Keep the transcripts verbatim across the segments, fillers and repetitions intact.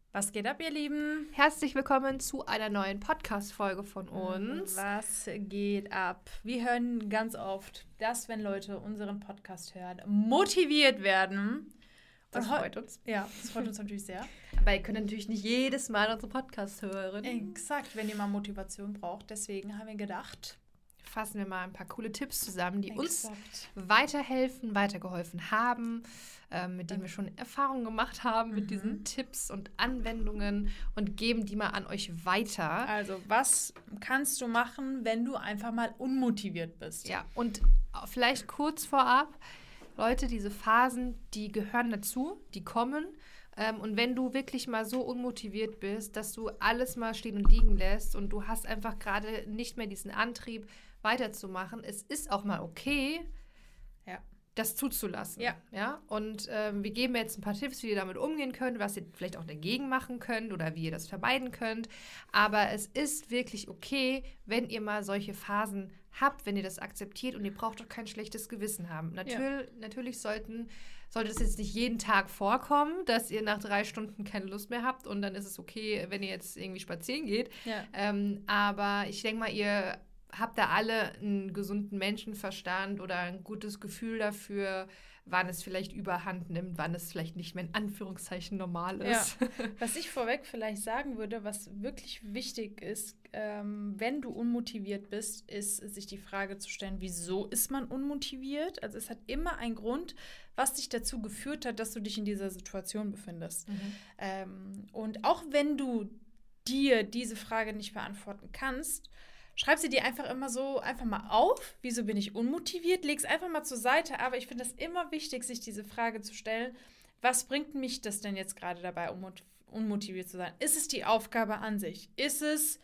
Was geht ab, ihr Lieben? Herzlich willkommen zu einer neuen Podcast-Folge von uns. Was geht ab? Wir hören ganz oft, dass, wenn Leute unseren Podcast hören, motiviert werden. Das Und heu- freut uns. Ja, das freut uns natürlich sehr. Aber ihr könnt natürlich nicht jedes Mal unseren Podcast hören. Exakt, wenn ihr mal Motivation braucht. Deswegen haben wir gedacht, Fassen wir mal ein paar coole Tipps zusammen, die Exakt. uns weiterhelfen, weitergeholfen haben, äh, mit denen wir schon Erfahrungen gemacht haben, mit Mhm. diesen Tipps und Anwendungen und geben die mal an euch weiter. Also, was kannst du machen, wenn du einfach mal unmotiviert bist? Ja, und vielleicht kurz vorab, Leute, diese Phasen, die gehören dazu, die kommen. Ähm, und wenn du wirklich mal so unmotiviert bist, dass du alles mal stehen und liegen lässt und du hast einfach gerade nicht mehr diesen Antrieb, weiterzumachen, es ist auch mal okay, Ja. das zuzulassen. Ja. Ja? Und ähm, wir geben jetzt ein paar Tipps, wie ihr damit umgehen könnt, was ihr vielleicht auch dagegen machen könnt oder wie ihr das vermeiden könnt. Aber es ist wirklich okay, wenn ihr mal solche Phasen habt, wenn ihr das akzeptiert und ihr braucht doch kein schlechtes Gewissen haben. Natürlich, natürlich sollten, sollte es jetzt nicht jeden Tag vorkommen, dass ihr nach drei Stunden keine Lust mehr habt und dann ist es okay, wenn ihr jetzt irgendwie spazieren geht. Ja. Ähm, aber ich denke mal, ihr habt da alle einen gesunden Menschenverstand oder ein gutes Gefühl dafür, wann es vielleicht überhand nimmt, wann es vielleicht nicht mehr in Anführungszeichen normal ist. Ja. Was ich vorweg vielleicht sagen würde, was wirklich wichtig ist, ähm, wenn du unmotiviert bist, ist, sich die Frage zu stellen, wieso ist man unmotiviert? Also es hat immer einen Grund, was dich dazu geführt hat, dass du dich in dieser Situation befindest. Mhm. Ähm, und auch wenn du dir diese Frage nicht beantworten kannst, schreib sie dir einfach immer so einfach mal auf. Wieso bin ich unmotiviert? Leg es einfach mal zur Seite. Aber ich finde es immer wichtig, sich diese Frage zu stellen, was bringt mich das denn jetzt gerade dabei, unmot- unmotiviert zu sein? Ist es die Aufgabe an sich? Ist es,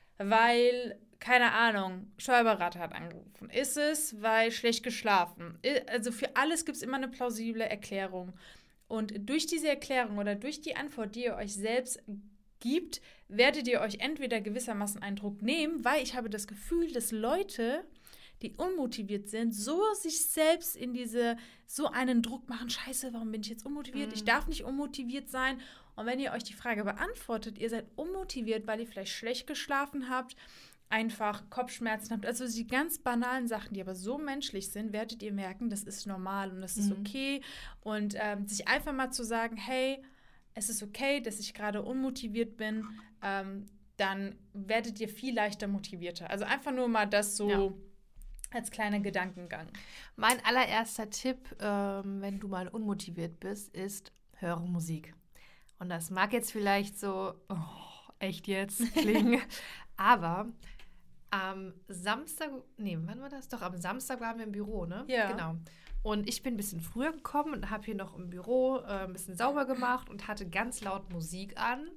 weil, keine Ahnung, Steuerberater hat angerufen? Ist es, weil schlecht geschlafen? I- Also für alles gibt es immer eine plausible Erklärung. Und durch diese Erklärung oder durch die Antwort, die ihr euch selbst gibt, werdet ihr euch entweder gewissermaßen einen Druck nehmen, weil ich habe das Gefühl, dass Leute, die unmotiviert sind, so sich selbst in diese, so einen Druck machen, scheiße, warum bin ich jetzt unmotiviert? Mhm. Ich darf nicht unmotiviert sein. Und wenn ihr euch die Frage beantwortet, ihr seid unmotiviert, weil ihr vielleicht schlecht geschlafen habt, einfach Kopfschmerzen habt, also die ganz banalen Sachen, die aber so menschlich sind, werdet ihr merken, das ist normal und das ist Mhm. okay. Und ähm, sich einfach mal zu sagen, hey, es ist okay, dass ich gerade unmotiviert bin, ähm, dann werdet ihr viel leichter motivierter. Also einfach nur mal das so Ja. als kleiner Gedankengang. Mein allererster Tipp, ähm, wenn du mal unmotiviert bist, ist, höre Musik. Und das mag jetzt vielleicht so, oh, echt jetzt klingen, aber am Samstag, nee, wann war das? Doch, am Samstag waren wir im Büro, ne? Ja. Genau. Und ich bin ein bisschen früher gekommen und habe hier noch im Büro äh, ein bisschen sauber gemacht und hatte ganz laut Musik an.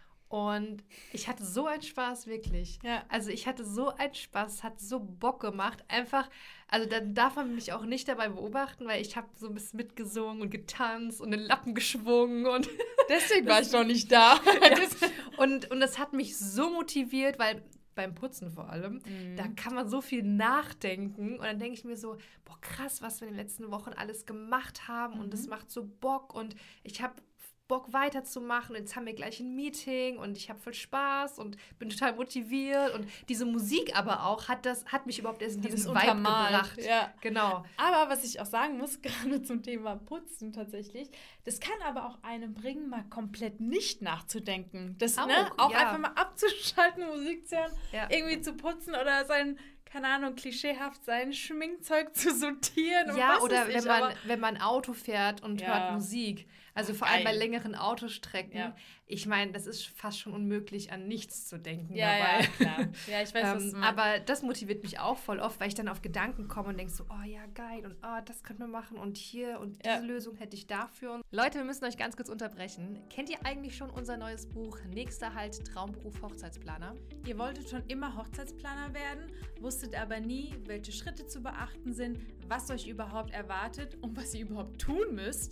Und ich hatte so einen Spaß, wirklich. Ja. Also ich hatte so einen Spaß, hat so Bock gemacht. Einfach, also dann darf man mich auch nicht dabei beobachten, weil ich habe so ein bisschen mitgesungen und getanzt und den Lappen geschwungen. Und Deswegen war ich noch nicht da. ja. und, und das hat mich so motiviert, weil beim Putzen vor allem, Mhm. da kann man so viel nachdenken. Und dann denke ich mir so, boah, krass, was wir in den letzten Wochen alles gemacht haben. Und das Mhm. macht so Bock. Und ich habe Bock weiterzumachen. Jetzt haben wir gleich ein Meeting und ich habe voll Spaß und bin total motiviert. Und diese Musik aber auch hat, das, hat mich überhaupt erst in Hat diesen es Vibe untermalt, gebracht. ja. Genau. Aber was ich auch sagen muss, gerade zum Thema Putzen tatsächlich, das kann aber auch einem bringen, mal komplett nicht nachzudenken. Das, Auch, ne, auch ja. einfach mal abzuschalten, Musik zu hören, Ja. irgendwie zu putzen oder sein, keine Ahnung, klischeehaft sein Schminkzeug zu sortieren. und Ja, was oder weiß wenn ich, man, aber- wenn man Auto fährt und Ja. hört Musik. Also Ach, vor allem bei geil. längeren Autostrecken. Ja. Ich meine, das ist fast schon unmöglich, an nichts zu denken Ja, dabei. ja, klar. Ja, ich weiß, was du Ähm, meinst. aber das motiviert mich auch voll oft, weil ich dann auf Gedanken komme und denke so, oh ja, geil und oh, das könnten wir machen und hier und diese Ja. Lösung hätte ich dafür. Und Leute, wir müssen euch ganz kurz unterbrechen. Kennt ihr eigentlich schon unser neues Buch Nächster Halt, Traumberuf Hochzeitsplaner? Ihr wolltet schon immer Hochzeitsplaner werden, wusstet aber nie, welche Schritte zu beachten sind, was euch überhaupt erwartet und was ihr überhaupt tun müsst.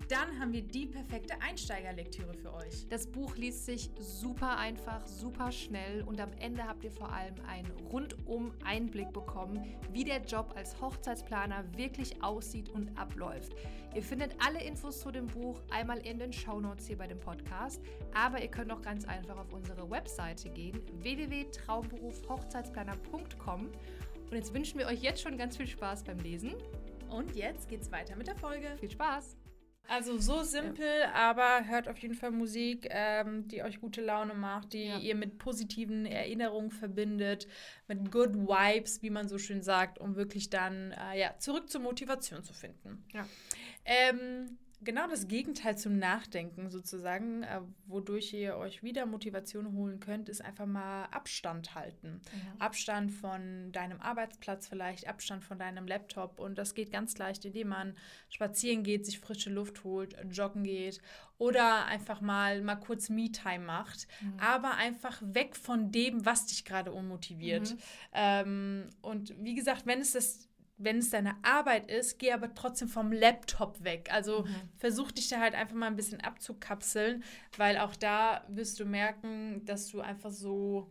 dann haben wir die perfekte Einsteigerlektüre für euch. Das Buch liest sich super einfach, super schnell und am Ende habt ihr vor allem einen rundum Einblick bekommen, wie der Job als Hochzeitsplaner wirklich aussieht und abläuft. Ihr findet alle Infos zu dem Buch einmal in den Shownotes hier bei dem Podcast, aber ihr könnt auch ganz einfach auf unsere Webseite gehen, w w w punkt traumberuf hochzeitsplaner punkt com. Und jetzt wünschen wir euch jetzt schon ganz viel Spaß beim Lesen. Und jetzt geht's weiter mit der Folge. Viel Spaß! Also so simpel, ja. aber hört auf jeden Fall Musik, ähm, die euch gute Laune macht, die ja. ihr mit positiven Erinnerungen verbindet, mit Good Vibes, wie man so schön sagt, um wirklich dann äh, ja, zurück zur Motivation zu finden. Ja. Ähm, Genau das Gegenteil zum Nachdenken sozusagen, äh, wodurch ihr euch wieder Motivation holen könnt, ist einfach mal Abstand halten. Mhm. Abstand von deinem Arbeitsplatz vielleicht, Abstand von deinem Laptop. Und das geht ganz leicht, indem man spazieren geht, sich frische Luft holt, joggen geht oder einfach mal, mal kurz Me-Time macht. Mhm. Aber einfach weg von dem, was dich gerade unmotiviert. Mhm. Ähm, und wie gesagt, wenn es das Wenn es deine Arbeit ist, geh aber trotzdem vom Laptop weg. Also mhm. versuch dich da halt einfach mal ein bisschen abzukapseln, weil auch da wirst du merken, dass du einfach so,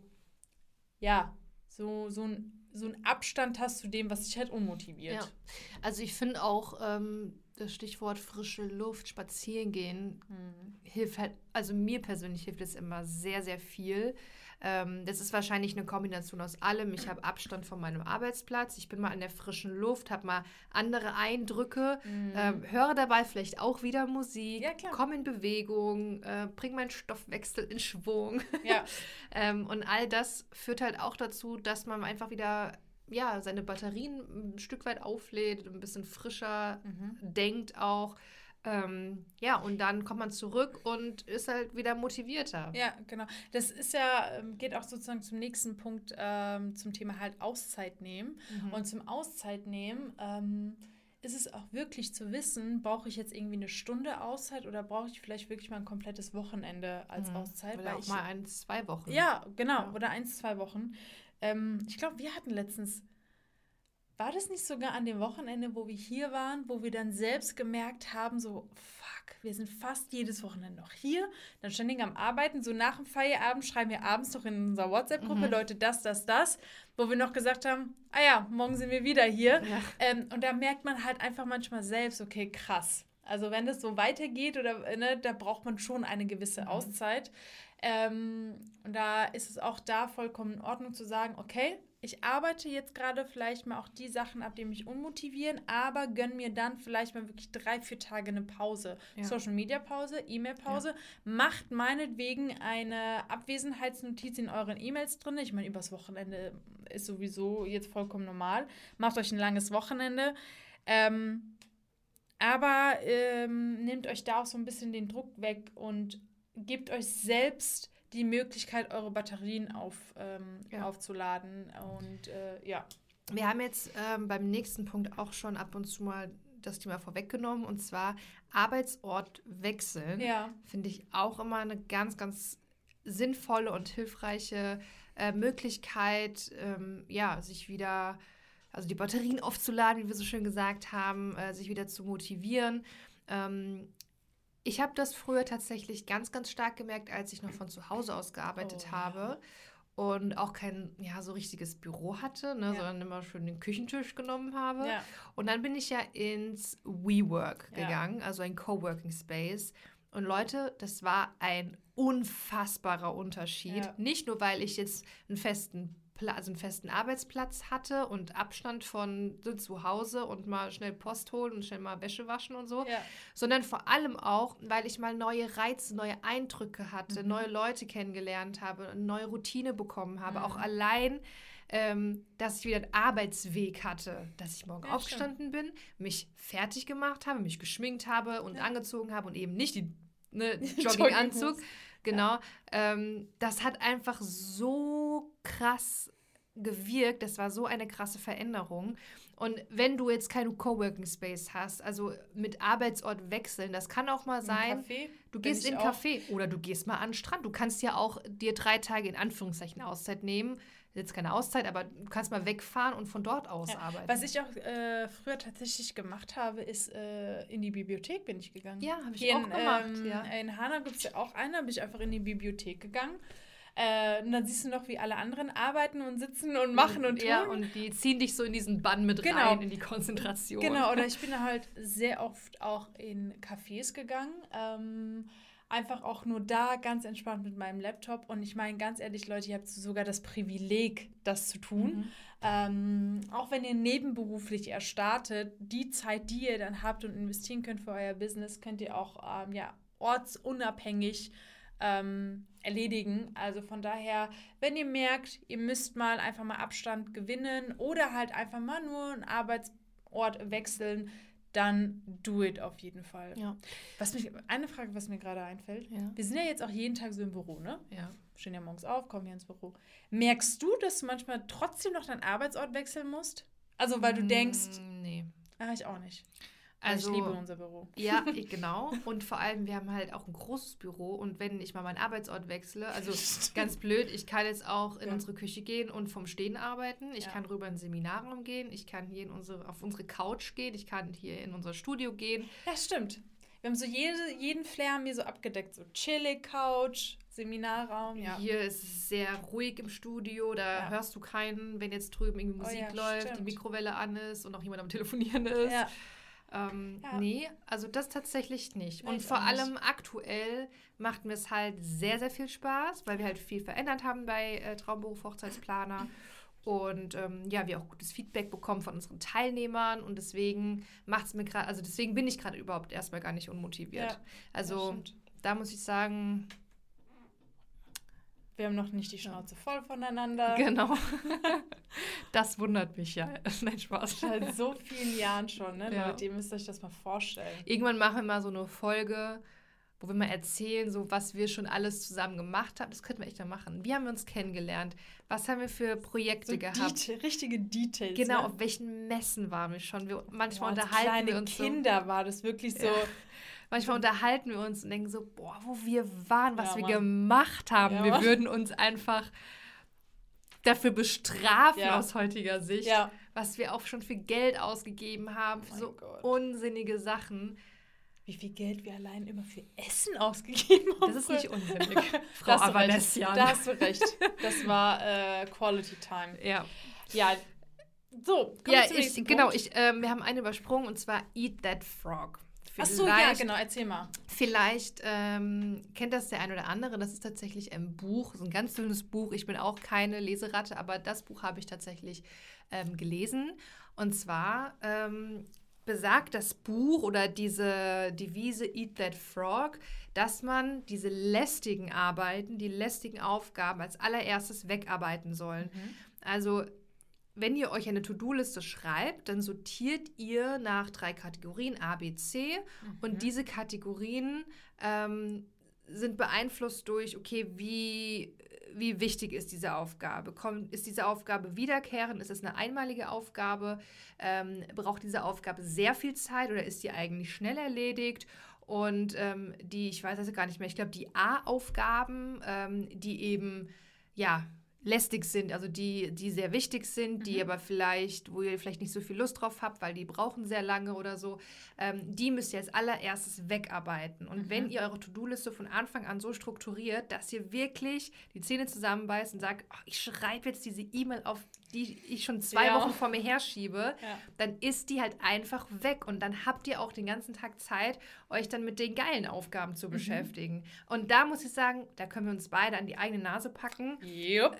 ja, so, so, ein, so einen Abstand hast zu dem, was dich halt unmotiviert. Ja. Also ich finde auch ähm, das Stichwort frische Luft, spazieren gehen, mhm. hilft halt, also mir persönlich hilft es immer sehr, sehr viel. Ähm, das ist wahrscheinlich eine Kombination aus allem. Ich habe Abstand von meinem Arbeitsplatz, ich bin mal in der frischen Luft, habe mal andere Eindrücke, mhm. ähm, höre dabei vielleicht auch wieder Musik, ja, komme in Bewegung, äh, bringe meinen Stoffwechsel in Schwung. Ja. ähm, und all das führt halt auch dazu, dass man einfach wieder ja, seine Batterien ein Stück weit auflädt, ein bisschen frischer mhm. denkt auch. Ähm, ja, und dann kommt man zurück und ist halt wieder motivierter. Ja, genau. Das ist ja, geht auch sozusagen zum nächsten Punkt, ähm, zum Thema halt Auszeit nehmen. Mhm. Und zum Auszeit nehmen ähm, ist es auch wirklich zu wissen, brauche ich jetzt irgendwie eine Stunde Auszeit oder brauche ich vielleicht wirklich mal ein komplettes Wochenende als mhm. Auszeit? Oder weil auch ich, mal ein, zwei Wochen. Ja, genau. Ja. Oder eins, zwei Wochen. Ähm, ich glaube, wir hatten letztens, war das nicht sogar an dem Wochenende, wo wir hier waren, wo wir dann selbst gemerkt haben, so, fuck, wir sind fast jedes Wochenende noch hier, dann ständig am Arbeiten, so nach dem Feierabend schreiben wir abends noch in unserer WhatsApp-Gruppe, mhm. Leute, das, das, das, wo wir noch gesagt haben, ah ja, morgen sind wir wieder hier. Ja. Ähm, und da merkt man halt einfach manchmal selbst, okay, krass. Also wenn das so weitergeht, oder ne, da braucht man schon eine gewisse mhm. Auszeit. Ähm, und da ist es auch da vollkommen in Ordnung zu sagen, okay, ich arbeite jetzt gerade vielleicht mal auch die Sachen ab, die mich unmotivieren, aber gönn mir dann vielleicht mal wirklich drei, vier Tage eine Pause. Ja. Social-Media-Pause, E-Mail-Pause. Ja. Macht meinetwegen eine Abwesenheitsnotiz in euren E-Mails drin. Ich meine, übers Wochenende ist sowieso jetzt vollkommen normal. Macht euch ein langes Wochenende. Ähm, aber ähm, nehmt euch da auch so ein bisschen den Druck weg und gebt euch selbst die Möglichkeit, eure Batterien auf, ähm, ja. aufzuladen. Und äh, ja. Wir haben jetzt ähm, beim nächsten Punkt auch schon ab und zu mal das Thema vorweggenommen, und zwar Arbeitsort wechseln. Ja. Finde ich auch immer eine ganz, ganz sinnvolle und hilfreiche äh, Möglichkeit, ähm, ja, sich wieder, also die Batterien aufzuladen, wie wir so schön gesagt haben, äh, sich wieder zu motivieren. Ähm, Ich habe das früher tatsächlich ganz, ganz stark gemerkt, als ich noch von zu Hause aus gearbeitet oh, habe ja. und auch kein ja, so richtiges Büro hatte, ne, ja. sondern immer schön den Küchentisch genommen habe. Ja. Und dann bin ich ja ins WeWork ja. gegangen, also ein Coworking Space. Und Leute, das war ein unfassbarer Unterschied. Ja. Nicht nur, weil ich jetzt einen festen also einen festen Arbeitsplatz hatte und Abstand von so zu Hause und mal schnell Post holen und schnell mal Wäsche waschen und so, ja. sondern vor allem auch, weil ich mal neue Reize, neue Eindrücke hatte, mhm. neue Leute kennengelernt habe, eine neue Routine bekommen habe, mhm. auch allein, ähm, dass ich wieder einen Arbeitsweg hatte, dass ich morgen ja, aufgestanden stimmt. bin, mich fertig gemacht habe, mich geschminkt habe und ja. angezogen habe und eben nicht die ne, Jogginganzug. Genau, ja. ähm, das hat einfach so krass gewirkt, das war so eine krasse Veränderung. Und wenn du jetzt keinen Coworking Space hast, also mit Arbeitsort wechseln, das kann auch mal sein, Café, du gehst in einen auch. Café oder du gehst mal an den Strand. Du kannst ja auch dir drei Tage in Anführungszeichen Auszeit nehmen. Jetzt keine Auszeit, aber du kannst mal wegfahren und von dort aus Ja. arbeiten. Was ich auch äh, früher tatsächlich gemacht habe, ist äh, in die Bibliothek bin ich gegangen. Ja, habe ich Hier auch in, gemacht. Ähm, Ja. In Hanau gibt es ja auch eine, bin ich einfach in die Bibliothek gegangen. Äh, und dann siehst du noch, wie alle anderen arbeiten und sitzen und machen und tun. Ja, und die ziehen dich so in diesen Bann mit Genau. rein, in die Konzentration. Genau, oder ich bin halt sehr oft auch in Cafés gegangen. Ähm, einfach auch nur da ganz entspannt mit meinem Laptop. Und ich meine, ganz ehrlich, Leute, ihr habt sogar das Privileg, das zu tun. Mhm. Ähm, auch wenn ihr nebenberuflich erst startet, die Zeit, die ihr dann habt und investieren könnt für euer Business, könnt ihr auch ähm, ja, ortsunabhängig ähm, erledigen. Also von daher, wenn ihr merkt, ihr müsst mal einfach mal Abstand gewinnen oder halt einfach mal nur einen Arbeitsort wechseln, dann do it auf jeden Fall. Ja. Was mich, eine Frage, was mir gerade einfällt. Ja. Wir sind ja jetzt auch jeden Tag so im Büro, ne? Ja. Wir stehen ja morgens auf, kommen hier ins Büro. Merkst du, dass du manchmal trotzdem noch deinen Arbeitsort wechseln musst? Also, weil du Mm, denkst, nee. ah, ich auch nicht. Also, ich liebe unser Büro. Ja, ich, genau. Und vor allem, wir haben halt auch ein großes Büro. Und wenn ich mal meinen Arbeitsort wechsle, also ganz blöd, ich kann jetzt auch in Ja. unsere Küche gehen und vom Stehen arbeiten. Ich Ja. kann rüber in den Seminarraum gehen. Ich kann hier in unsere, auf unsere Couch gehen. Ich kann hier in unser Studio gehen. Ja, stimmt. Wir haben so jede, jeden Flair haben wir so abgedeckt. So chillig, Couch, Seminarraum, ja. Hier ist es sehr ruhig im Studio. Da Ja. hörst du keinen, wenn jetzt drüben irgendwie Oh Musik ja, läuft, stimmt. die Mikrowelle an ist und auch jemand am Telefonieren ist. Ja. Ähm, Ja. Nee, also das tatsächlich nicht. Nee, und ich vor auch nicht. allem aktuell macht mir es halt sehr, sehr viel Spaß, weil wir halt viel verändert haben bei äh, Traumberuf Hochzeitsplaner. Und ähm, ja, wir auch gutes Feedback bekommen von unseren Teilnehmern. Und deswegen macht es mir gerade, also deswegen bin ich gerade überhaupt erstmal gar nicht unmotiviert. Ja, also stimmt. da muss ich sagen, Wir haben noch nicht die Schnauze voll voneinander. genau. Das wundert mich ja. Nein, Spaß. Seit so vielen Jahren schon, ne, Ja. Leute? Ihr müsst euch das mal vorstellen. Irgendwann machen wir mal so eine Folge, wo wir mal erzählen, so was wir schon alles zusammen gemacht haben. Das könnten wir echt mal machen. Wie haben wir uns kennengelernt? Was haben wir für Projekte So gehabt? Deta- richtige Details. Genau, ne? auf welchen Messen waren wir schon? Wir, manchmal Boah, als unterhalten kleine wir uns Kinder war das wirklich so. Ja. so. Manchmal unterhalten wir uns und denken so, boah, wo wir waren, was Ja, wir Mann. gemacht haben. Ja, wir Mann. würden uns einfach dafür bestrafen Ja. aus heutiger Sicht, Ja. was wir auch schon für Geld ausgegeben haben, für Mein so Gott. unsinnige Sachen. Wie viel Geld wir allein immer für Essen ausgegeben haben. Das ist nicht unsinnig, Frau Da hast du recht. Avanesian. Da hast du recht. Das war äh, Quality Time. Ja, Ja, so. kommen ja wir zum ich, nächsten genau. Punkt. Ich, ähm, wir haben einen übersprungen und zwar Eat That Frog. Ach so, ja, Vielleicht- genau. Erzähl mal. Vielleicht ähm, kennt das der ein oder andere. Das ist tatsächlich ein Buch, so ein ganz dünnes Buch. Ich bin auch keine Leseratte, aber das Buch habe ich tatsächlich ähm, gelesen. Und zwar ähm, besagt das Buch oder diese Devise Eat That Frog, dass man diese lästigen Arbeiten, die lästigen Aufgaben als allererstes wegarbeiten soll. Also wenn ihr euch eine To-Do-Liste schreibt, dann sortiert ihr nach drei Kategorien A, B, C. Und diese Kategorien ähm, sind beeinflusst durch, okay, wie, wie wichtig ist diese Aufgabe? Kommt, ist diese Aufgabe wiederkehrend? Ist es eine einmalige Aufgabe? Ähm, braucht diese Aufgabe sehr viel Zeit oder ist die eigentlich schnell erledigt? Und ähm, die, ich weiß es gar nicht mehr, ich glaube, die A-Aufgaben, ähm, die eben, ja, lästig sind, also die, die sehr wichtig sind, die Mhm. aber vielleicht, wo ihr vielleicht nicht so viel Lust drauf habt, weil die brauchen sehr lange oder so, ähm, die müsst ihr als allererstes wegarbeiten. Und Mhm. wenn ihr eure To-Do-Liste von Anfang an so strukturiert, dass ihr wirklich die Zähne zusammenbeißt und sagt, ach, ich schreibe jetzt diese E-Mail auf, die ich schon zwei Ja. Wochen vor mir herschiebe, Ja. dann ist die halt einfach weg und dann habt ihr auch den ganzen Tag Zeit, euch dann mit den geilen Aufgaben zu beschäftigen. Und da muss ich sagen, da können wir uns beide an die eigene Nase packen, Jupp.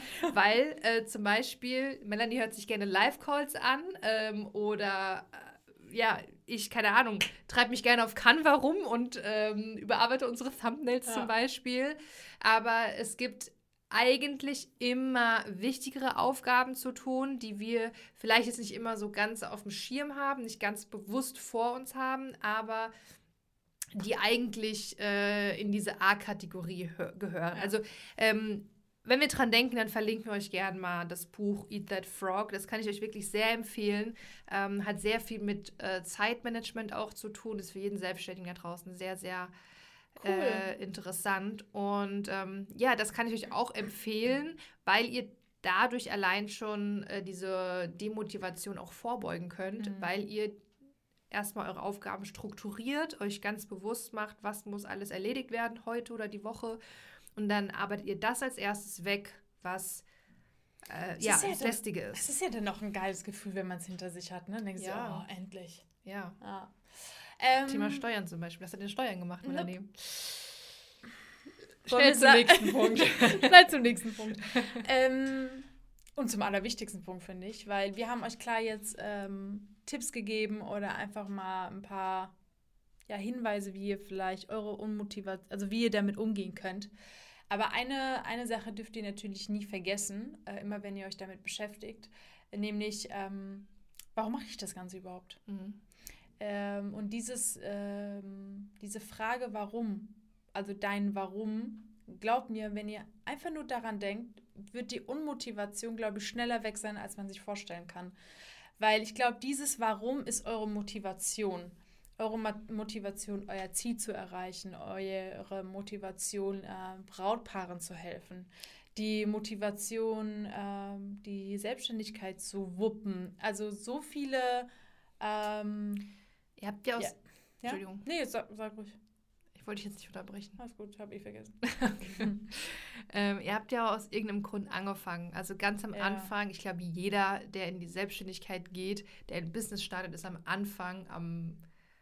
weil äh, zum Beispiel, Melanie hört sich gerne Live-Calls an ähm, oder äh, ja, ich, keine Ahnung, treibe mich gerne auf Canva rum und ähm, überarbeite unsere Thumbnails Ja. zum Beispiel. Aber es gibt eigentlich immer wichtigere Aufgaben zu tun, die wir vielleicht jetzt nicht immer so ganz auf dem Schirm haben, nicht ganz bewusst vor uns haben, aber die eigentlich äh, in diese A-Kategorie hö- gehören. Ja. Also ähm, wenn wir dran denken, dann verlinken wir euch gerne mal das Buch Eat That Frog. Das kann ich euch wirklich sehr empfehlen. Ähm, hat sehr viel mit äh, Zeitmanagement auch zu tun. Ist für jeden Selbstständigen da draußen sehr, sehr cool. äh, interessant. Und ähm, ja, das kann ich euch auch empfehlen, weil ihr dadurch allein schon äh, diese Demotivation auch vorbeugen könnt, mhm. weil ihr erstmal eure Aufgaben strukturiert, euch ganz bewusst macht, was muss alles erledigt werden heute oder die Woche. Und dann arbeitet ihr das als erstes weg, was äh, ja, ja das dann, Lästige ist. Es ist ja dann noch ein geiles Gefühl, wenn man es hinter sich hat. Ne? Dann denkst ja. du, oh, endlich. Ja. ja. Ähm, Thema Steuern zum Beispiel. Was hat denn Steuern gemacht im Unternehmen? Schnell zum nächsten Punkt. Schnell zum nächsten Punkt. ähm, und zum allerwichtigsten Punkt, finde ich, weil wir haben euch klar jetzt ähm, Tipps gegeben oder einfach mal ein paar ja, Hinweise, wie ihr vielleicht eure Unmotivation, also wie ihr damit umgehen könnt. Aber eine, eine Sache dürft ihr natürlich nie vergessen, äh, immer wenn ihr euch damit beschäftigt, nämlich, ähm, warum mache ich das Ganze überhaupt? Mhm. Ähm, und dieses, ähm, diese Frage, warum, also dein Warum, glaubt mir, wenn ihr einfach nur daran denkt, wird die Unmotivation, glaube ich, schneller weg sein, als man sich vorstellen kann. Weil ich glaube, dieses Warum ist eure Motivation. Eure Motivation, euer Ziel zu erreichen, eure Motivation, äh, Brautpaaren zu helfen, die Motivation, äh, die Selbstständigkeit zu wuppen. Also so viele... Ähm, Ihr habt ja aus... Ja. Entschuldigung. Ja? Nee, sag, sag ruhig. Ich wollte dich jetzt nicht unterbrechen. Alles gut, habe ich vergessen. ähm, ihr habt ja aus irgendeinem Grund angefangen. Also ganz am ja. Anfang, ich glaube, jeder, der in die Selbstständigkeit geht, der ein Business startet, ist am Anfang am...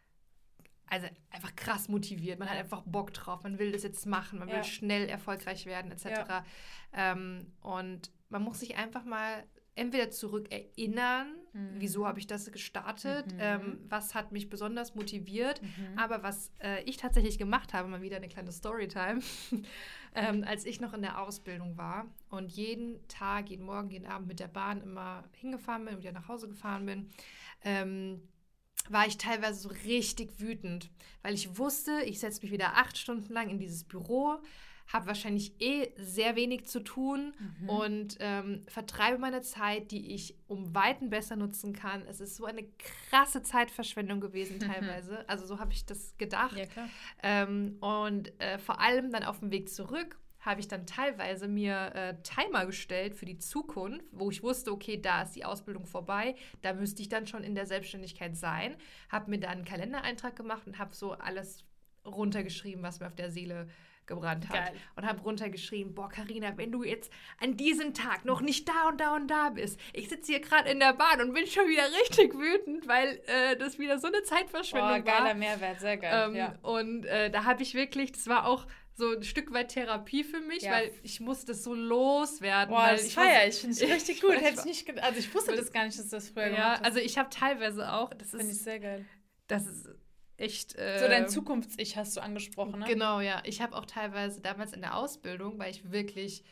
Also einfach krass motiviert. Man hat einfach Bock drauf. Man will das jetzt machen. Man will ja. schnell erfolgreich werden, et cetera. Ja. Ähm, und man muss sich einfach mal entweder zurück erinnern, mhm. wieso habe ich das gestartet, mhm. ähm, was hat mich besonders motiviert. Mhm. Aber was äh, ich tatsächlich gemacht habe, mal wieder eine kleine Storytime, ähm, als ich noch in der Ausbildung war und jeden Tag, jeden Morgen, jeden Abend mit der Bahn immer hingefahren bin und wieder nach Hause gefahren bin, ähm, war ich teilweise so richtig wütend, weil ich wusste, ich setze mich wieder acht Stunden lang in dieses Büro, habe wahrscheinlich eh sehr wenig zu tun mhm. und ähm, vertreibe meine Zeit, die ich um Weiten besser nutzen kann. Es ist so eine krasse Zeitverschwendung gewesen teilweise. Mhm. Also so habe ich das gedacht. Ja, klar. Ähm, und äh, vor allem dann auf dem Weg zurück habe ich dann teilweise mir äh, Timer gestellt für die Zukunft, wo ich wusste, okay, da ist die Ausbildung vorbei, da müsste ich dann schon in der Selbstständigkeit sein. Habe mir dann einen Kalendereintrag gemacht und habe so alles runtergeschrieben, was mir auf der Seele gebrannt hat. Geil. Und habe runtergeschrieben, boah, Carina, wenn du jetzt an diesem Tag noch nicht da und da und da bist, ich sitze hier gerade in der Bahn und bin schon wieder richtig wütend, weil äh, das wieder so eine Zeitverschwendung war. Boah, geiler Mehrwert, sehr geil. Ähm, ja. Und äh, da habe ich wirklich, das war auch so ein Stück weit Therapie für mich, ja. weil ich musste das so loswerden. Boah, weil das ich feier ich, finde ich richtig gut. Hätte ich nicht gedacht. Also ich wusste das gar nicht, dass du das früher ja, gemacht hast. Also ich habe teilweise auch, das finde ist, ich sehr geil. Das ist echt... Äh, so dein Zukunfts-Ich hast du angesprochen, ne? Genau, ja. Ich habe auch teilweise damals in der Ausbildung, weil ich wirklich...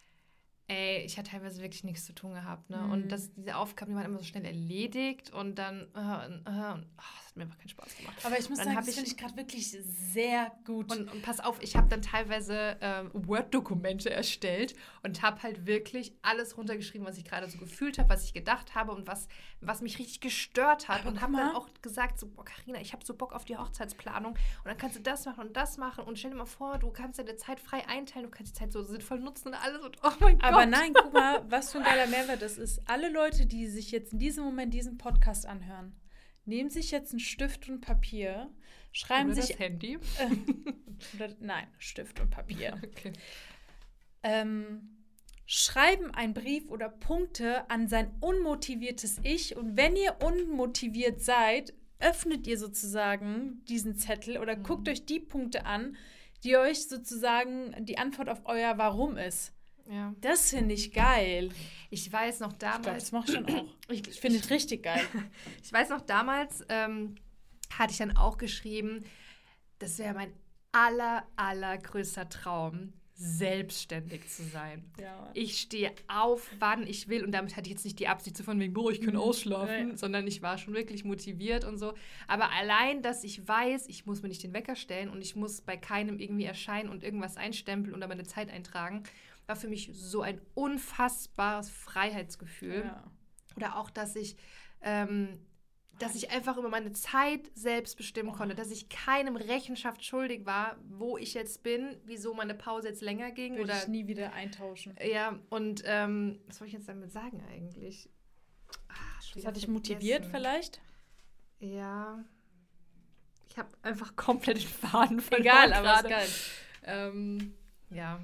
Ey, ich hatte teilweise wirklich nichts zu tun gehabt, ne? Mhm. Und das, diese Aufgaben, die waren immer so schnell erledigt und dann, äh, äh, oh, das hat mir einfach keinen Spaß gemacht. Aber ich muss sagen, das finde ich gerade wirklich sehr gut. Und, und pass auf, ich habe dann teilweise ähm, Word-Dokumente erstellt und habe halt wirklich alles runtergeschrieben, was ich gerade so gefühlt habe, was ich gedacht habe und was, was mich richtig gestört hat. Aber und habe dann auch gesagt, so, boah, Carina, ich habe so Bock auf die Hochzeitsplanung und dann kannst du das machen und das machen und stell dir mal vor, du kannst deine Zeit frei einteilen, du kannst die Zeit so sinnvoll nutzen und alles und oh mein Gott. Aber nein, guck mal, was für ein geiler Mehrwert das ist. Alle Leute, die sich jetzt in diesem Moment diesen Podcast anhören, nehmen sich jetzt einen Stift und Papier, schreiben oder sich... das Handy? Äh, oder, nein, Stift und Papier. Okay. Ähm, schreiben einen Brief oder Punkte an sein unmotiviertes Ich und wenn ihr unmotiviert seid, öffnet ihr sozusagen diesen Zettel oder mhm. guckt euch die Punkte an, die euch sozusagen die Antwort auf euer Warum ist. Ja. Das finde ich geil. Ich weiß noch damals... Ich glaube, das mache ich schon auch. Ich, ich finde es richtig geil. Ich weiß noch damals, ähm, hatte ich dann auch geschrieben, das wäre mein aller, allergrößter Traum, selbstständig zu sein. Ja. Ich stehe auf, wann ich will und damit hatte ich jetzt nicht die Absicht so von wegen, boah, ich kann ausschlafen, nee. sondern ich war schon wirklich motiviert und so. Aber allein, dass ich weiß, ich muss mir nicht den Wecker stellen und ich muss bei keinem irgendwie erscheinen und irgendwas einstempeln oder meine Zeit eintragen, war für mich so ein unfassbares Freiheitsgefühl. Ja. Oder auch, dass ich ähm, dass ich einfach über meine Zeit selbst bestimmen konnte, dass ich keinem Rechenschaft schuldig war, wo ich jetzt bin, wieso meine Pause jetzt länger ging. Würde oder ich nie wieder eintauschen. Ja, und ähm, was soll ich jetzt damit sagen eigentlich? Ach, das hat dich motiviert vielleicht? Ja. Ich habe einfach komplett den Faden verloren. Egal, aber ist geil. Ähm, ja.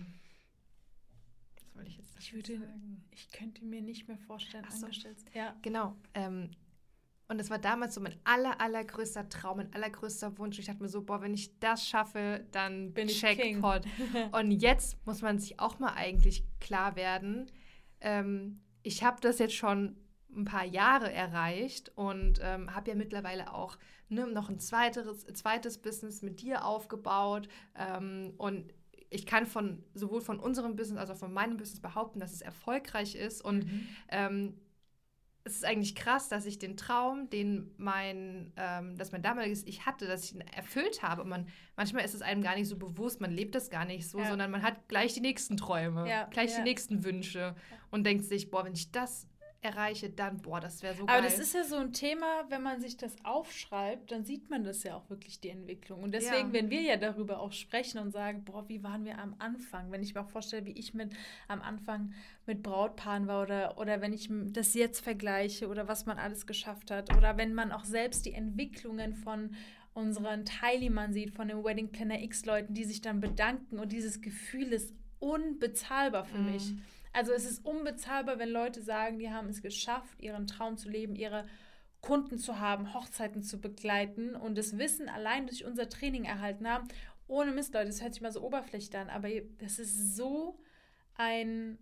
Was wollte ich jetzt ich würde, sagen? Ich könnte mir nicht mehr vorstellen, Ach so. angestellt. Ja. Genau. Ähm, Und das war damals so mein aller, allergrößter Traum, mein allergrößter Wunsch. Ich dachte mir so, boah, wenn ich das schaffe, dann bin ich Jackpot. Und jetzt muss man sich auch mal eigentlich klar werden, ähm, ich habe das jetzt schon ein paar Jahre erreicht und ähm, habe ja mittlerweile auch ne, noch ein zweites, zweites Business mit dir aufgebaut. Ähm, und ich kann von sowohl von unserem Business als auch von meinem Business behaupten, dass es erfolgreich ist. Und Mhm. ähm, es ist eigentlich krass, dass ich den Traum, den mein, ähm, dass mein damaliges Ich hatte, dass ich ihn erfüllt habe. Und man, manchmal ist es einem gar nicht so bewusst, man lebt das gar nicht so, ja. sondern man hat gleich die nächsten Träume, ja, gleich ja. die nächsten Wünsche ja. und denkt sich, boah, wenn ich das erreiche, dann, boah, das wäre so Aber geil. Aber das ist ja so ein Thema, wenn man sich das aufschreibt, dann sieht man das ja auch wirklich, die Entwicklung. Und deswegen, Ja. wenn wir ja darüber auch sprechen und sagen, boah, wie waren wir am Anfang? Wenn ich mir auch vorstelle, wie ich mit am Anfang mit Brautpaaren war oder, oder wenn ich das jetzt vergleiche oder was man alles geschafft hat oder wenn man auch selbst die Entwicklungen von unseren Teilnehmern sieht, von den Wedding Planner X-Leuten, die sich dann bedanken und dieses Gefühl ist unbezahlbar für Mhm. mich. Also es ist unbezahlbar, wenn Leute sagen, die haben es geschafft, ihren Traum zu leben, ihre Kunden zu haben, Hochzeiten zu begleiten und das Wissen allein durch unser Training erhalten haben. Ohne Mist, Leute, das hört sich mal so oberflächlich an, aber das ist so ein,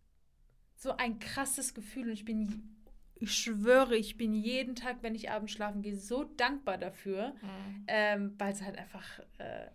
so ein krasses Gefühl und ich bin, ich schwöre, ich bin jeden Tag, wenn ich abends schlafen gehe, so dankbar dafür, Mhm. ähm, weil es halt einfach... Äh,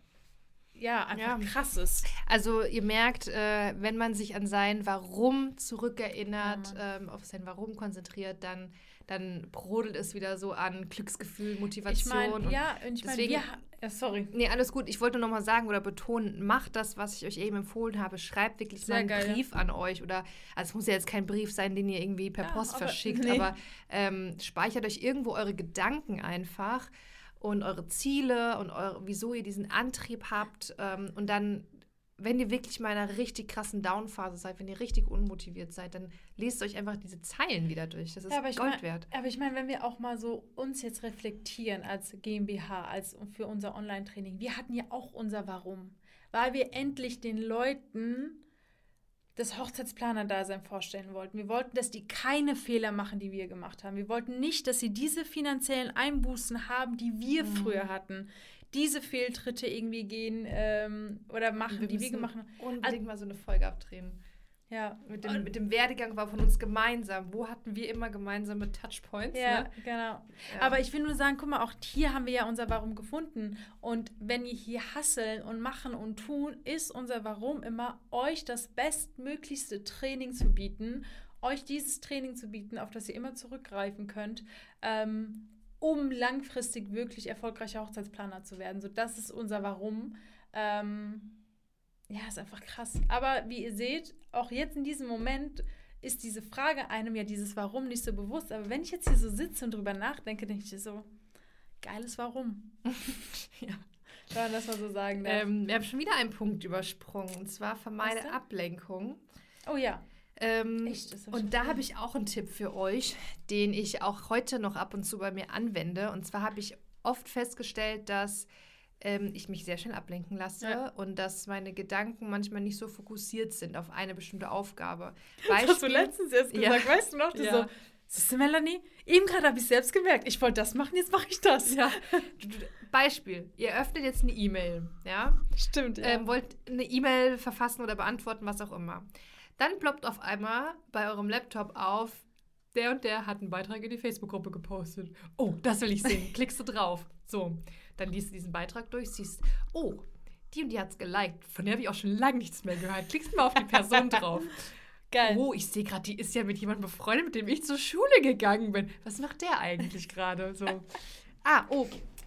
Ja, einfach Ja. krass ist. Also ihr merkt, äh, wenn man sich an sein Warum zurückerinnert, Ja, ähm, auf sein Warum konzentriert, dann, dann brodelt es wieder so an Glücksgefühl, Ich Motivation. meine, und ja, und ich meine, deswegen- wir... ha- Ja, sorry. Nee, alles gut. Ich wollte nur noch mal sagen oder betonen, macht das, was ich euch eben empfohlen habe. Schreibt wirklich Sehr mal einen geil, ja. Brief an euch. Oder, also es muss ja jetzt kein Brief sein, den ihr irgendwie per Ja, Post aber- verschickt, nee. aber ähm, speichert euch irgendwo eure Gedanken einfach und eure Ziele und eure, wieso ihr diesen Antrieb habt. Ähm, und dann, wenn ihr wirklich mal in einer richtig krassen Downphase seid, wenn ihr richtig unmotiviert seid, dann lest euch einfach diese Zeilen wieder durch. Das ist Ja, aber ich Gold mein- wert. Aber ich meine, wenn wir auch mal so uns jetzt reflektieren als GmbH, als für unser Online-Training, wir hatten ja auch unser Warum. Weil wir endlich den Leuten das Hochzeitsplaner-Dasein vorstellen wollten. Wir wollten, dass die keine Fehler machen, die wir gemacht haben. Wir wollten nicht, dass sie diese finanziellen Einbußen haben, die wir Mhm. früher hatten. Diese Fehltritte irgendwie gehen ähm, oder machen, Wir die wir müssen gemacht haben. unbedingt mal so eine Folge abdrehen. Ja, Mit dem, mit dem Werdegang war von uns gemeinsam. Wo hatten wir immer gemeinsame Touchpoints? ja, Ne? genau. Ja. Aber ich will nur sagen, guck mal, auch hier haben wir ja unser Warum gefunden. Und wenn wir hier hasseln und machen und tun, ist unser Warum immer, euch das bestmöglichste Training zu bieten, euch dieses Training zu bieten, auf das ihr immer zurückgreifen könnt, ähm, um langfristig wirklich erfolgreicher Hochzeitsplaner zu werden. So, das ist unser Warum. Ähm, ja, ist einfach krass. Aber wie ihr seht, auch jetzt in diesem Moment ist diese Frage einem ja dieses Warum nicht so bewusst. Aber wenn ich jetzt hier so sitze und drüber nachdenke, denke ich so, geiles Warum. Ja. Wenn man das mal so sagen darf. Ähm, wir haben schon wieder einen Punkt übersprungen. Und zwar vermeide Was denn? Ablenkung. Oh ja. Ähm, Echt? Das hab ich und schon da gesehen. habe ich auch einen Tipp für euch, den ich auch heute noch ab und zu bei mir anwende. Und zwar habe ich oft festgestellt, dass ähm, ich mich sehr schnell ablenken lasse Ja. und dass meine Gedanken manchmal nicht so fokussiert sind auf eine bestimmte Aufgabe. Das hast du letztens erst Ja. gesagt, weißt du noch? Du Ja. so, siehst du, Melanie? Eben gerade habe ich selbst gemerkt, ich wollte das machen, jetzt mache ich das. Ja. Beispiel, ihr öffnet jetzt eine E-Mail, ja? Stimmt, ja. ähm, wollt eine E-Mail verfassen oder beantworten, was auch immer. Dann ploppt auf einmal bei eurem Laptop auf, der und der hat einen Beitrag in die Facebook-Gruppe gepostet. Oh, das will ich sehen. Klickst du drauf. So, dann liest du diesen Beitrag durch, siehst, oh, die und die hat's geliked. Von der habe ich auch schon lange nichts mehr gehört. Klickst mal auf die Person drauf. Geil. Oh, ich sehe gerade, die ist ja mit jemandem befreundet, mit dem ich zur Schule gegangen bin. Was macht der eigentlich gerade? So. Ah, oh.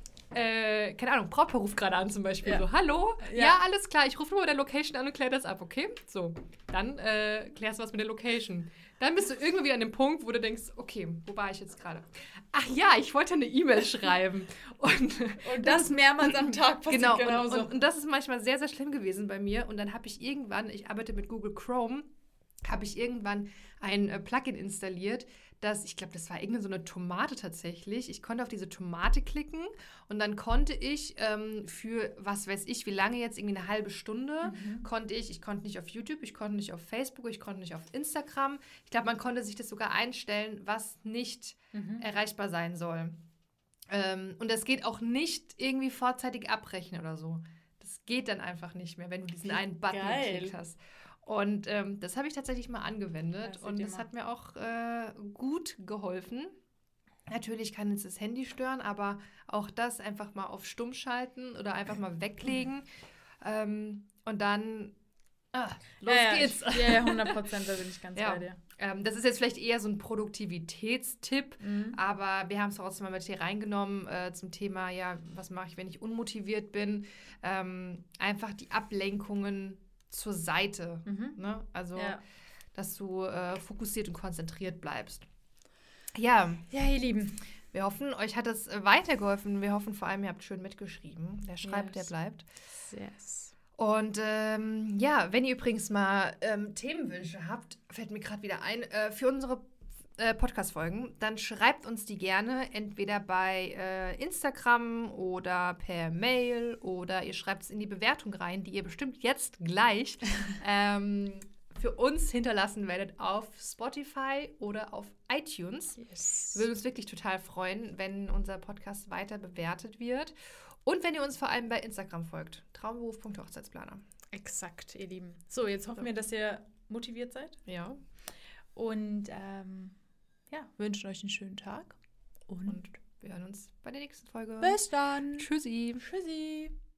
Äh, keine Ahnung, Brautpaar ruft gerade an zum Beispiel. Ja. So, hallo? Ja. Ja. alles klar. Ich rufe nur bei der Location an und kläre das ab, okay? So, dann äh, klärst du was mit der Location. Dann bist du irgendwann wieder an dem Punkt, wo du denkst, okay, wo war ich jetzt gerade? Ach ja, ich wollte eine E-Mail schreiben. Und, Und das mehrmals am Tag passiert genau, genauso. und, und, und das ist manchmal sehr, sehr schlimm gewesen bei mir. Und dann habe ich irgendwann, ich arbeite mit Google Chrome, habe ich irgendwann ein äh, Plugin installiert, das, ich glaube, das war irgendeine so eine Tomate tatsächlich. Ich konnte auf diese Tomate klicken und dann konnte ich ähm, für, was weiß ich, wie lange jetzt, irgendwie eine halbe Stunde, Mhm. konnte ich, ich konnte nicht auf YouTube, ich konnte nicht auf Facebook, ich konnte nicht auf Instagram. Ich glaube, man konnte sich das sogar einstellen, was nicht Mhm. erreichbar sein soll. Ähm, und das geht auch nicht irgendwie vorzeitig abbrechen oder so. Das geht dann einfach nicht mehr, wenn du diesen Wie einen Button geil. geklickt hast. Und ähm, das habe ich tatsächlich mal angewendet Ja, seht und ihr das mal. hat mir auch äh, gut geholfen. Natürlich kann uns das Handy stören, aber auch das einfach mal auf Stumm schalten oder einfach mal weglegen. Ähm, und dann, ah, los ja, ja, geht's. Ich, ja, ja, hundert Prozent, da bin ich ganz Ja. bei dir. Ähm, das ist jetzt vielleicht eher so ein Produktivitätstipp, Mhm. aber wir haben es trotzdem mal mit hier reingenommen äh, zum Thema, ja, was mache ich, wenn ich unmotiviert bin? Ähm, einfach die Ablenkungen zur Seite. Mhm. Ne? Also, Ja. dass du äh, fokussiert und konzentriert bleibst. Ja, ja, ihr Lieben. wir hoffen, euch hat es äh, weitergeholfen. Wir hoffen vor allem, ihr habt schön mitgeschrieben. Wer schreibt, Yes. der bleibt. Yes. Und ähm, ja, wenn ihr übrigens mal ähm, Themenwünsche habt, fällt mir gerade wieder ein, äh, für unsere äh, Podcast-Folgen, dann schreibt uns die gerne entweder bei äh, Instagram oder per Mail oder ihr schreibt es in die Bewertung rein, die ihr bestimmt jetzt gleich ähm, für uns hinterlassen werdet auf Spotify oder auf iTunes. Yes. Wir würden uns wirklich total freuen, wenn unser Podcast weiter bewertet wird. Und wenn ihr uns vor allem bei Instagram folgt. traumberuf punkt hochzeitsplaner. Exakt, ihr Lieben. So, jetzt hoffen wir, dass ihr motiviert seid. Ja. Und ähm, ja, wünschen euch einen schönen Tag. Und, Und wir hören uns bei der nächsten Folge. bis dann. Tschüssi. Tschüssi.